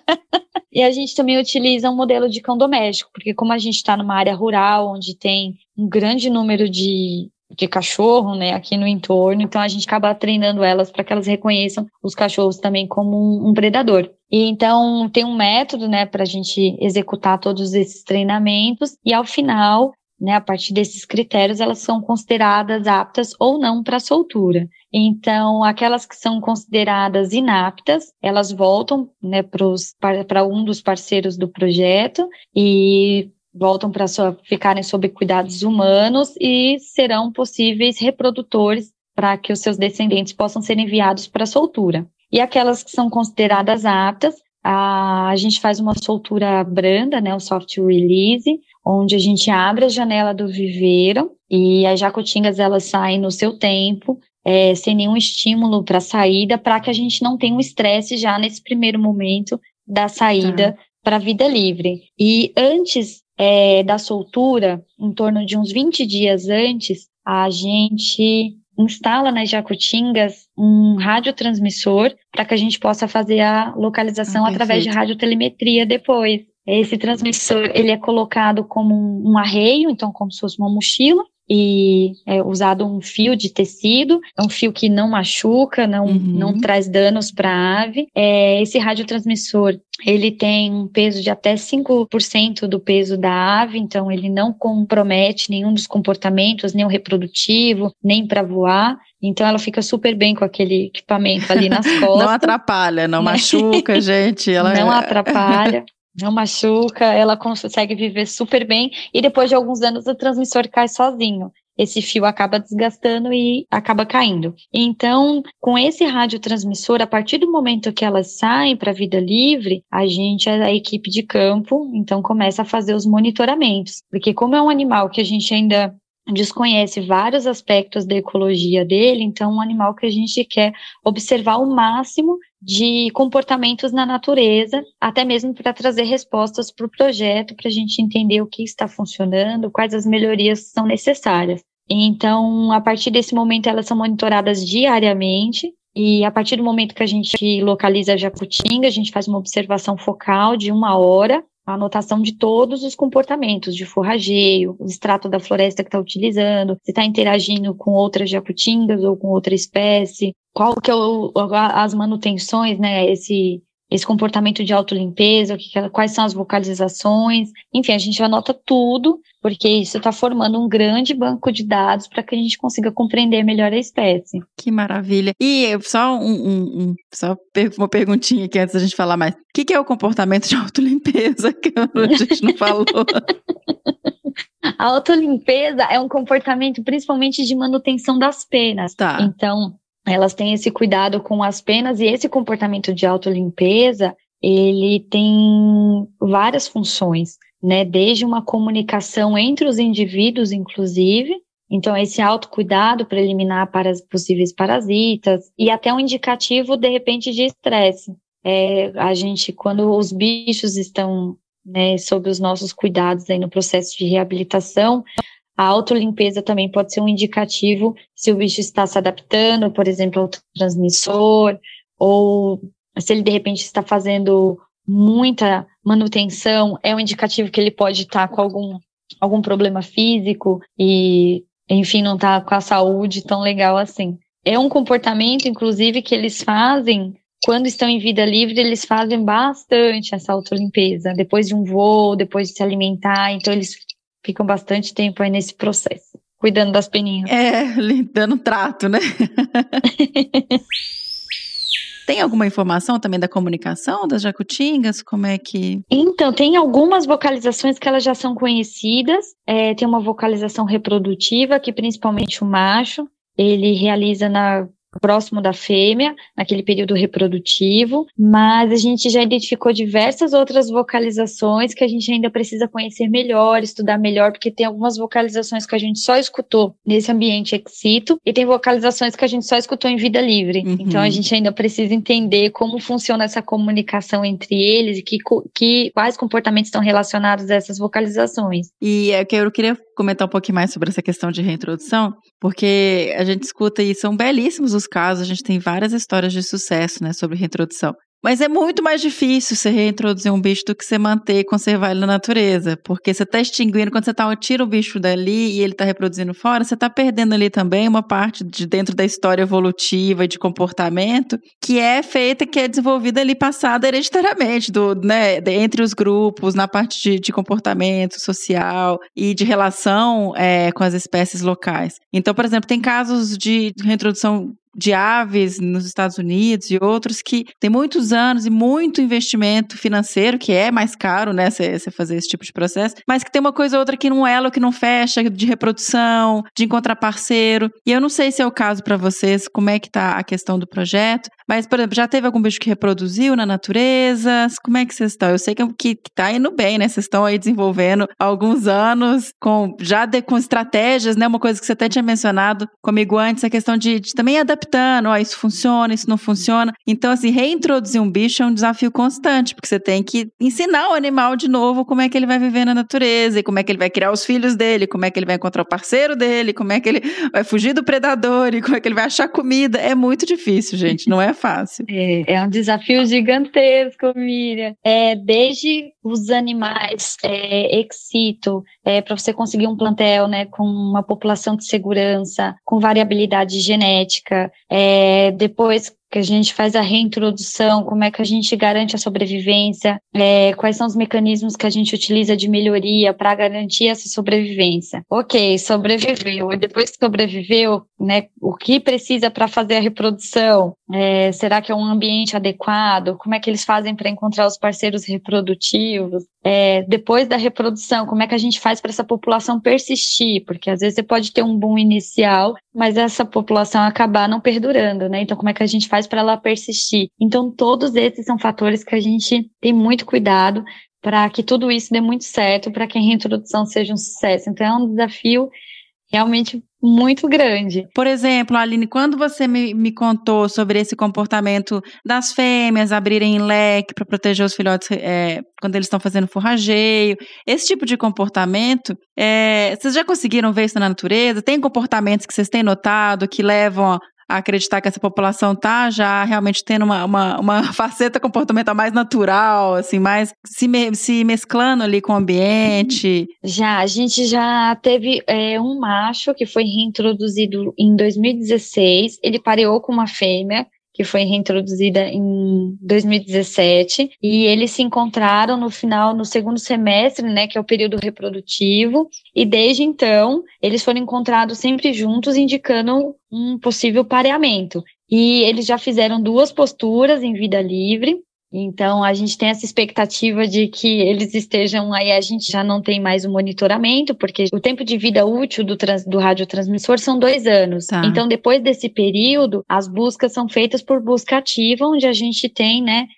E a gente também utiliza um modelo de cão doméstico, porque como a gente está numa área rural, onde tem um grande número de cachorro, né, aqui no entorno, então a gente acaba treinando elas para que elas reconheçam os cachorros também como um predador. E então tem um método, né, para a gente executar todos esses treinamentos, e ao final, né, a partir desses critérios, elas são consideradas aptas ou não para soltura. Então, aquelas que são consideradas inaptas, elas voltam, né, para um dos parceiros do projeto e voltam para ficarem sob cuidados humanos e serão possíveis reprodutores para que os seus descendentes possam ser enviados para soltura. E aquelas que são consideradas aptas, a gente faz uma soltura branda, né, o soft release, onde a gente abre a janela do viveiro e as jacutingas elas saem no seu tempo, sem nenhum estímulo para a saída, para que a gente não tenha um estresse já nesse primeiro momento da saída para a vida livre. E antes da soltura, em torno de uns 20 dias antes, a gente instala nas jacutingas um radiotransmissor para que a gente possa fazer a localização através de radiotelemetria depois. Esse transmissor, ele é colocado como um arreio, então como se fosse uma mochila, e é usado um fio de tecido, é um fio que não machuca, não traz danos para a ave. Esse radiotransmissor, ele tem um peso de até 5% do peso da ave, então ele não compromete nenhum dos comportamentos, nem o reprodutivo, nem para voar. Então ela fica super bem com aquele equipamento ali nas costas. Não atrapalha, não machuca, gente. Não atrapalha. Não machuca, ela consegue viver super bem, e depois de alguns anos o transmissor cai sozinho. Esse fio acaba desgastando e acaba caindo. Então, com esse radiotransmissor, a partir do momento que elas saem para a vida livre, a equipe de campo, então começa a fazer os monitoramentos. Porque como é um animal que a gente ainda desconhece vários aspectos da ecologia dele, então é um animal que a gente quer observar o máximo de comportamentos na natureza, até mesmo para trazer respostas para o projeto, para a gente entender o que está funcionando, quais as melhorias são necessárias. Então, a partir desse momento, elas são monitoradas diariamente, e a partir do momento que a gente localiza a jacutinga, a gente faz uma observação focal de 1 hora, a anotação de todos os comportamentos, de forrageio, o extrato da floresta que está utilizando, se está interagindo com outras jacutingas ou com outra espécie, qual que é as manutenções, né, esse comportamento de autolimpeza, quais são as vocalizações, enfim, a gente anota tudo, porque isso está formando um grande banco de dados para que a gente consiga compreender melhor a espécie. Que maravilha. E só uma perguntinha aqui antes da gente falar mais. O que é o comportamento de autolimpeza que a gente não falou? A autolimpeza é um comportamento principalmente de manutenção das penas. Tá. Então, elas têm esse cuidado com as penas, e esse comportamento de autolimpeza, ele tem várias funções, né? Desde uma comunicação entre os indivíduos, inclusive. Então, esse autocuidado para eliminar possíveis parasitas, e até um indicativo, de repente, de estresse. A gente, quando os bichos estão, né, sob os nossos cuidados aí no processo de reabilitação, a autolimpeza também pode ser um indicativo se o bicho está se adaptando, por exemplo, ao transmissor, ou se ele, de repente, está fazendo muita manutenção, é um indicativo que ele pode estar com algum problema físico e, enfim, não está com a saúde tão legal assim. É um comportamento, inclusive, que eles fazem quando estão em vida livre, eles fazem bastante essa autolimpeza, depois de um voo, depois de se alimentar, então eles ficam bastante tempo aí nesse processo, cuidando das peninhas. Dando trato, né? Tem alguma informação também da comunicação das jacutingas? Como é que... Então, tem algumas vocalizações que elas já são conhecidas. Tem uma vocalização reprodutiva, que principalmente o macho, ele realiza próximo da fêmea, naquele período reprodutivo, mas a gente já identificou diversas outras vocalizações que a gente ainda precisa conhecer melhor, estudar melhor, porque tem algumas vocalizações que a gente só escutou nesse ambiente ex situ, e tem vocalizações que a gente só escutou em vida livre. Então a gente ainda precisa entender como funciona essa comunicação entre eles e quais comportamentos estão relacionados a essas vocalizações. E eu queria comentar um pouquinho mais sobre essa questão de reintrodução, porque a gente escuta e são belíssimos os casos, a gente tem várias histórias de sucesso, né, sobre reintrodução. Mas é muito mais difícil você reintroduzir um bicho do que você manter e conservar ele na natureza, porque você está extinguindo, quando você tira o bicho dali e ele está reproduzindo fora, você está perdendo ali também uma parte de dentro da história evolutiva e de comportamento que é desenvolvida ali, passada hereditariamente, entre os grupos, na parte de comportamento social e de relação com as espécies locais. Então, por exemplo, tem casos de reintrodução de aves nos Estados Unidos e outros que tem muitos anos e muito investimento financeiro, que é mais caro, né, você fazer esse tipo de processo, mas que tem uma coisa ou outra que não ela, que não fecha, de reprodução, de encontrar parceiro. E eu não sei se é o caso para vocês, como é que tá a questão do projeto, mas, por exemplo, já teve algum bicho que reproduziu na natureza? Como é que vocês estão? Eu sei que tá indo bem, né? Vocês estão aí desenvolvendo há alguns anos, com estratégias, né? Uma coisa que você até tinha mencionado comigo antes, a questão de também adaptando, isso funciona, isso não funciona. Então, assim, reintroduzir um bicho é um desafio constante, porque você tem que ensinar o animal de novo como é que ele vai viver na natureza, e como é que ele vai criar os filhos dele, como é que ele vai encontrar o parceiro dele, como é que ele vai fugir do predador, e como é que ele vai achar comida. É muito difícil, gente, não é fácil. É um desafio gigantesco, Miriam. Desde os animais ex situ, para você conseguir um plantel, né, com uma população de segurança, com variabilidade genética, depois que a gente faz a reintrodução, como é que a gente garante a sobrevivência, quais são os mecanismos que a gente utiliza de melhoria para garantir essa sobrevivência. Ok, sobreviveu, e depois que sobreviveu, né, o que precisa para fazer a reprodução? Será que é um ambiente adequado? Como é que eles fazem para encontrar os parceiros reprodutivos? Depois da reprodução, como é que a gente faz para essa população persistir? Porque às vezes você pode ter um boom inicial, mas essa população acabar não perdurando, né? Então, como é que a gente faz para ela persistir? Então, todos esses são fatores que a gente tem muito cuidado para que tudo isso dê muito certo, para que a reintrodução seja um sucesso. Então, é um desafio realmente muito grande. Por exemplo, Aline, quando você me contou sobre esse comportamento das fêmeas abrirem leque para proteger os filhotes quando eles estão fazendo forrageio, esse tipo de comportamento, vocês já conseguiram ver isso na natureza? Tem comportamentos que vocês têm notado que levam a acreditar que essa população tá já realmente tendo uma faceta comportamental mais natural, assim, mais se mesclando ali com o ambiente? A gente já teve um macho que foi reintroduzido em 2016, ele pareou com uma fêmea, que foi reintroduzida em 2017, e eles se encontraram no segundo semestre, né, que é o período reprodutivo, e desde então, eles foram encontrados sempre juntos, indicando um possível pareamento. E eles já fizeram 2 posturas em vida livre, então a gente tem essa expectativa de que eles estejam aí, a gente já não tem mais o monitoramento, porque o tempo de vida útil do radiotransmissor são 2 anos. Tá. Então, depois desse período, as buscas são feitas por busca ativa, onde a gente tem, né,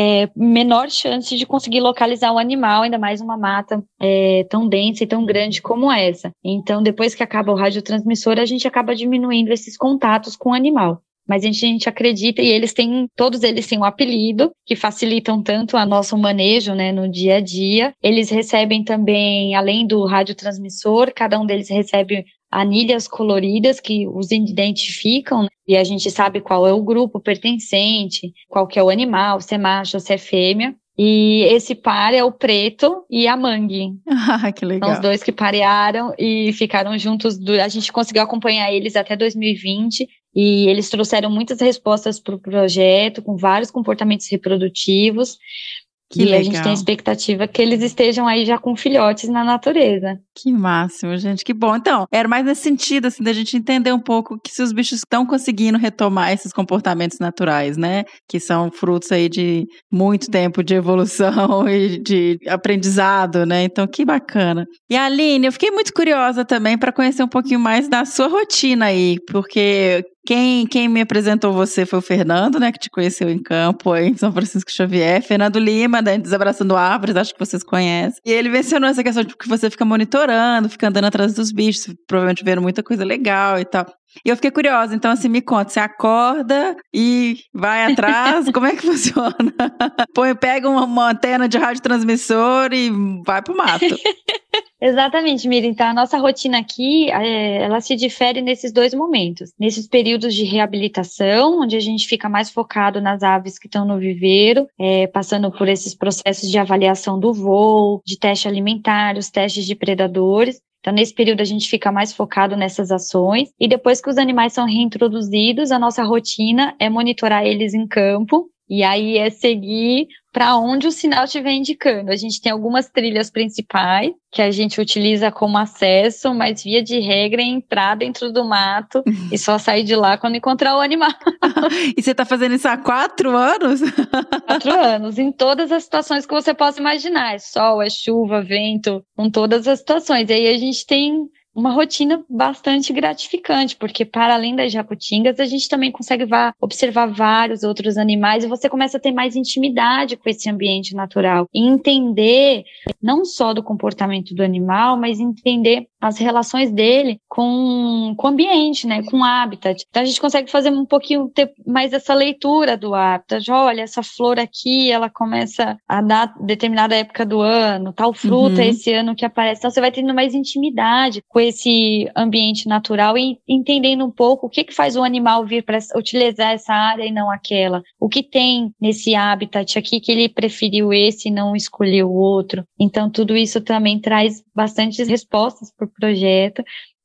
menor chance de conseguir localizar o animal, ainda mais uma mata tão densa e tão grande como essa. Então, depois que acaba o radiotransmissor, a gente acaba diminuindo esses contatos com o animal. Mas a gente acredita, e todos eles têm um apelido, que facilitam tanto o nosso manejo, né, no dia a dia. Eles recebem também, além do radiotransmissor, cada um deles recebe anilhas coloridas que os identificam, né? E a gente sabe qual é o grupo pertencente, qual que é o animal, se é macho ou se é fêmea. E esse par é o preto e a mangue. Ah, que legal. São os 2 que parearam e ficaram juntos. A gente conseguiu acompanhar eles até 2020 e eles trouxeram muitas respostas para o projeto, com vários comportamentos reprodutivos. Que e legal. A gente tem a expectativa que eles estejam aí já com filhotes na natureza. Que máximo, gente, que bom. Então, era mais nesse sentido, assim, da gente entender um pouco que se os bichos estão conseguindo retomar esses comportamentos naturais, né, que são frutos aí de muito tempo de evolução e de aprendizado, né, então que bacana. E Aline, eu fiquei muito curiosa também para conhecer um pouquinho mais da sua rotina aí, porque quem me apresentou você foi o Fernando, né, que te conheceu em campo aí em São Francisco Xavier, Fernando Lima, da Desabraçando Árvores, acho que vocês conhecem. E ele mencionou essa questão de que você fica monitorando, fica andando atrás dos bichos, provavelmente vendo muita coisa legal e tal. E eu fiquei curiosa, então assim, me conta, você acorda e vai atrás, como é que funciona? Pega uma antena de radiotransmissor e vai pro mato. Exatamente, Miriam. Então, a nossa rotina aqui, ela se difere nesses 2 momentos. Nesses períodos de reabilitação, onde a gente fica mais focado nas aves que estão no viveiro, passando por esses processos de avaliação do voo, de teste alimentar, os testes de predadores. Então, nesse período, a gente fica mais focado nessas ações. E depois que os animais são reintroduzidos, a nossa rotina é monitorar eles em campo. E aí é seguir para onde o sinal estiver indicando. A gente tem algumas trilhas principais que a gente utiliza como acesso, mas via de regra é entrar dentro do mato e só sair de lá quando encontrar o animal. E você está fazendo isso há 4 anos? 4 anos, em todas as situações que você possa imaginar. É sol, é chuva, vento, com todas as situações. E aí a gente tem uma rotina bastante gratificante, porque para além das jacutingas, a gente também consegue observar vários outros animais e você começa a ter mais intimidade com esse ambiente natural. E entender não só do comportamento do animal, mas entender as relações dele com o ambiente, né, com o habitat. Então a gente consegue fazer um pouquinho, ter mais essa leitura do habitat. Olha, essa flor aqui, ela começa a dar determinada época do ano, tal fruta esse ano que aparece. Então você vai tendo mais intimidade com esse ambiente natural e entendendo um pouco o que faz o animal vir para utilizar essa área e não aquela. O que tem nesse habitat aqui que ele preferiu esse e não escolheu o outro. Então, tudo isso também traz bastantes respostas para o projeto.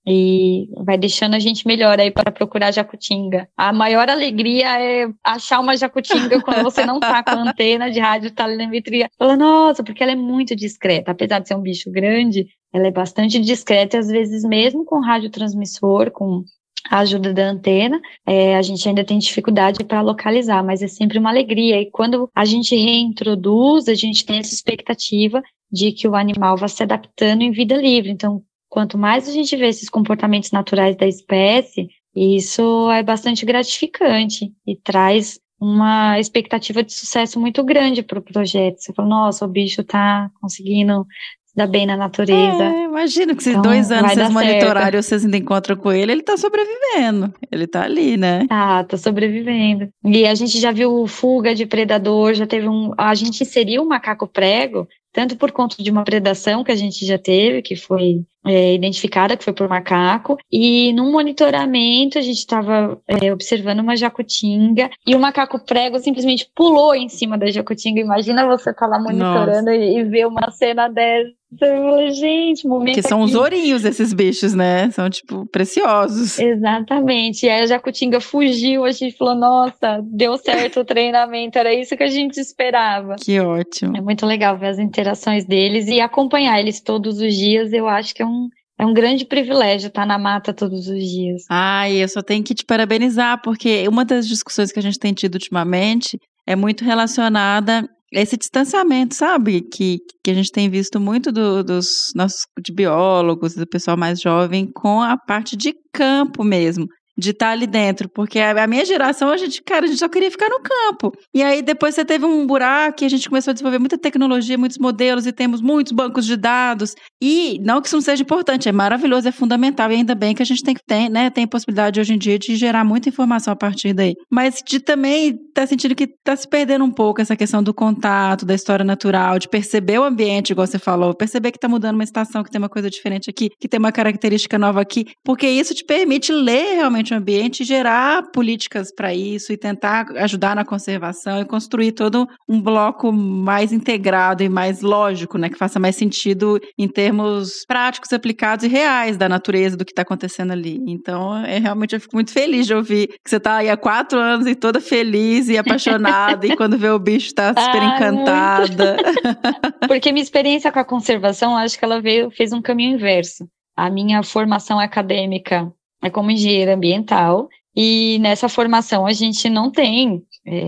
E vai deixando a gente melhor aí para procurar jacutinga. A maior alegria é achar uma jacutinga quando você não tá com a antena de radiotelemetria. Fala, nossa, porque ela é muito discreta. Apesar de ser um bicho grande, ela é bastante discreta e às vezes mesmo com radiotransmissor, com a ajuda da antena, a gente ainda tem dificuldade para localizar, mas é sempre uma alegria. E quando a gente reintroduz, a gente tem essa expectativa de que o animal vá se adaptando em vida livre. Então, quanto mais a gente vê esses comportamentos naturais da espécie, isso é bastante gratificante e traz uma expectativa de sucesso muito grande para o projeto. Você fala, nossa, o bicho está conseguindo se dar bem na natureza. Imagino que se Então, 2 anos vai vocês dar monitorarem certo. ou vocês ainda encontram com ele tá sobrevivendo. Ele tá ali, né? Tá sobrevivendo. E a gente já viu fuga de predador, já teve a gente inseriu o macaco prego, tanto por conta de uma predação que a gente já teve, que foi identificada, que foi por macaco, e num monitoramento a gente estava observando uma jacutinga, e o macaco prego simplesmente pulou em cima da jacutinga. Imagina você tá lá monitorando e ver uma cena dessa. Eu falei, gente, momento que são aqui. os ourinhos esses bichos, né? São, tipo, preciosos. Exatamente. E aí a jacutinga fugiu, a gente falou, nossa, deu certo o treinamento, era isso que a gente esperava. Que ótimo. É muito legal ver as interações deles e acompanhar eles todos os dias. Eu acho que é um grande privilégio estar na mata todos os dias. Eu só tenho que te parabenizar, porque uma das discussões que a gente tem tido ultimamente é muito relacionada a esse distanciamento, sabe? Que a gente tem visto muito dos nossos de biólogos, do pessoal mais jovem, com a parte de campo mesmo. De estar ali dentro, porque a minha geração, a gente só queria ficar no campo. E aí depois você teve um buraco e a gente começou a desenvolver muita tecnologia, muitos modelos e temos muitos bancos de dados. E não que isso não seja importante, é maravilhoso, é fundamental e ainda bem que a gente tem possibilidade hoje em dia de gerar muita informação a partir daí. Mas de também tá sentindo que tá se perdendo um pouco essa questão do contato, da história natural, de perceber o ambiente, igual você falou, perceber que tá mudando uma estação, que tem uma coisa diferente aqui, que tem uma característica nova aqui, porque isso te permite ler realmente o ambiente, gerar políticas para isso e tentar ajudar na conservação e construir todo um bloco mais integrado e mais lógico, né, que faça mais sentido em termos práticos, aplicados e reais da natureza, do que está acontecendo ali. Então, realmente eu fico muito feliz de ouvir que você está aí há 4 anos e toda feliz e apaixonada e quando vê o bicho está super encantada. Porque minha experiência com a conservação, acho que ela fez um caminho inverso. A minha formação acadêmica é como engenheira ambiental, e nessa formação a gente não tem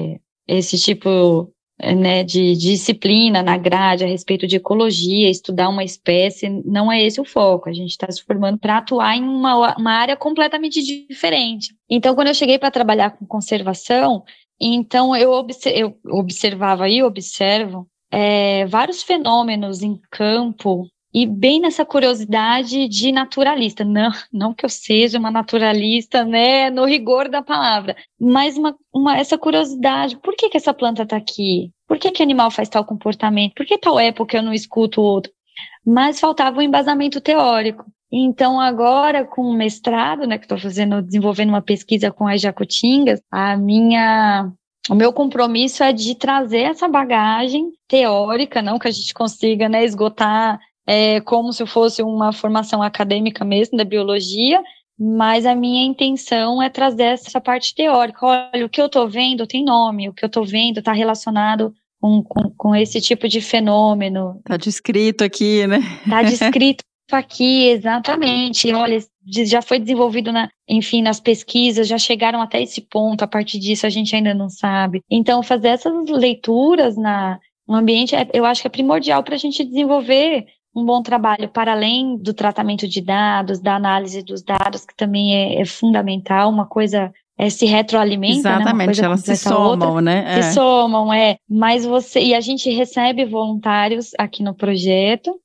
esse tipo de disciplina na grade a respeito de ecologia, estudar uma espécie, não é esse o foco. A gente está se formando para atuar em uma área completamente diferente. Então, quando eu cheguei para trabalhar com conservação, então eu observava e observo vários fenômenos em campo, e bem nessa curiosidade de naturalista, não que eu seja uma naturalista, né, no rigor da palavra, mas essa curiosidade, por que essa planta está aqui? Por que animal faz tal comportamento? Por que tal época eu não escuto o outro? Mas faltava um embasamento teórico. Então agora, com o mestrado, né, que estou desenvolvendo uma pesquisa com as jacutingas, o meu compromisso é de trazer essa bagagem teórica, não que a gente consiga, né, esgotar como se fosse uma formação acadêmica mesmo da biologia, mas a minha intenção é trazer essa parte teórica. Olha, o que eu estou vendo tem nome, o que eu estou vendo está relacionado com esse tipo de fenômeno. Está descrito aqui, né? Está descrito aqui, exatamente. Olha, já foi desenvolvido nas pesquisas, já chegaram até esse ponto, a partir disso a gente ainda não sabe. Então, fazer essas leituras no ambiente, eu acho que é primordial para a gente desenvolver um bom trabalho, para além do tratamento de dados, da análise dos dados, que também é fundamental, uma coisa se retroalimenta, exatamente, né? Elas se somam, né? Se somam, mas e a gente recebe voluntários aqui no projeto,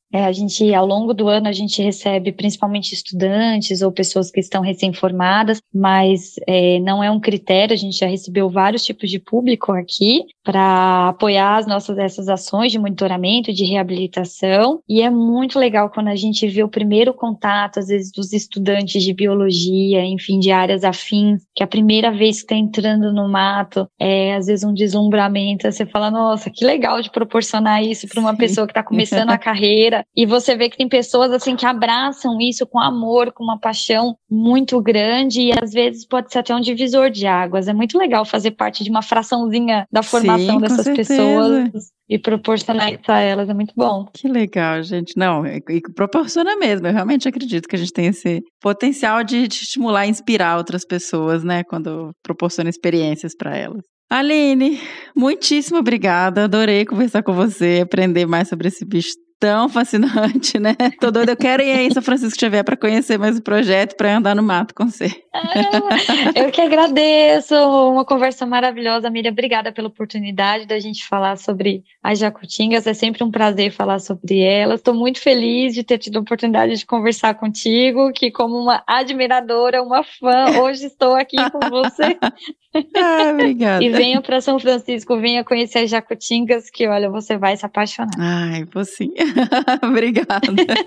A gente, ao longo do ano, a gente recebe principalmente estudantes ou pessoas que estão recém-formadas, mas não é um critério, a gente já recebeu vários tipos de público aqui para apoiar essas ações de monitoramento, de reabilitação, e é muito legal quando a gente vê o primeiro contato, às vezes, dos estudantes de biologia, enfim, de áreas afins, que a primeira vez que está entrando no mato às vezes, um deslumbramento, você fala, nossa, que legal de proporcionar isso para uma pessoa que está começando a carreira, e você vê que tem pessoas, assim, que abraçam isso com amor, com uma paixão muito grande, e às vezes pode ser até um divisor de águas. É muito legal fazer parte de uma fraçãozinha da formação dessas pessoas e proporcionar isso a elas, é muito bom. Que legal, gente. Não, e proporciona mesmo. Eu realmente acredito que a gente tem esse potencial de estimular e inspirar outras pessoas, né, quando proporciona experiências para elas. Aline, muitíssimo obrigada. Adorei conversar com você, aprender mais sobre esse bicho tão fascinante, né? Tô doida, eu quero ir aí em São Francisco Xavier para conhecer mais o projeto, para andar no mato com você. Eu que agradeço, uma conversa maravilhosa, Miriam, obrigada pela oportunidade da gente falar sobre as jacutingas, é sempre um prazer falar sobre elas, estou muito feliz de ter tido a oportunidade de conversar contigo, que como uma admiradora, uma fã, hoje estou aqui com você. Obrigada. E venha para São Francisco, venha conhecer as jacutingas, que olha, você vai se apaixonar. Ai, vou sim. Obrigada.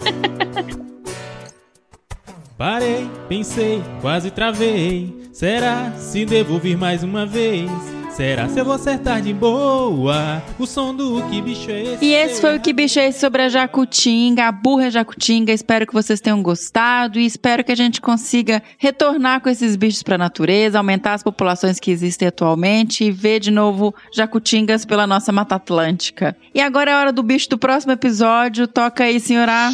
Parei, pensei, quase travei. Será se devo vir mais uma vez? Será se eu vou acertar de boa o som do Que Bicho é Esse? E esse foi o Que Bicho é Esse sobre a jacutinga, a burra jacutinga. Espero que vocês tenham gostado e espero que a gente consiga retornar com esses bichos para a natureza, aumentar as populações que existem atualmente e ver de novo jacutingas pela nossa Mata Atlântica. E agora é a hora do bicho do próximo episódio. Toca aí, senhora.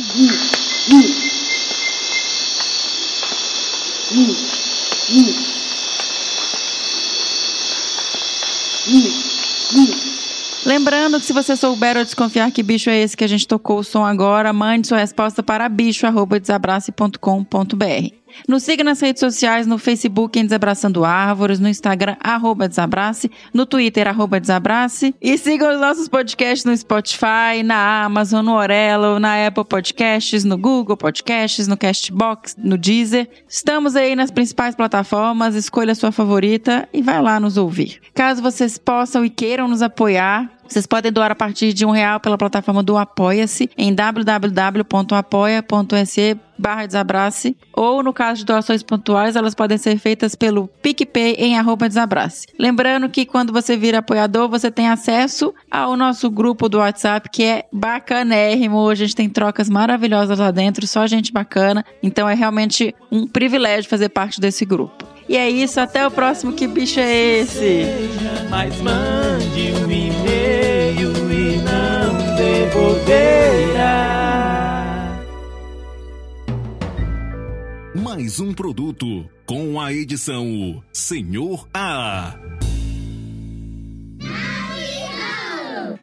Lembrando que se você souber ou desconfiar que bicho é esse que a gente tocou o som agora, mande sua resposta para bicho@desabrace.com.br. Nos siga nas redes sociais, no Facebook em Desabraçando Árvores, no Instagram @desabrace, no Twitter @desabrace, e sigam os nossos podcasts no Spotify, na Amazon, no Orelo, na Apple Podcasts, no Google Podcasts, no Castbox, no Deezer. Estamos aí nas principais plataformas, escolha a sua favorita e vai lá nos ouvir. Caso vocês possam e queiram nos apoiar, vocês podem doar a partir de R$1 pela plataforma do Apoia-se em www.apoia.se/desabrace, ou no caso de doações pontuais, elas podem ser feitas pelo PicPay em @desabrace. Lembrando que quando você vira apoiador, você tem acesso ao nosso grupo do WhatsApp, que é bacanérrimo. A gente tem trocas maravilhosas lá dentro, só gente bacana. Então é realmente um privilégio fazer parte desse grupo. E é isso, até o próximo Que Bicho é Esse? Mas mande um e-mail e não devolverá. Mais um produto com a edição Senhor A.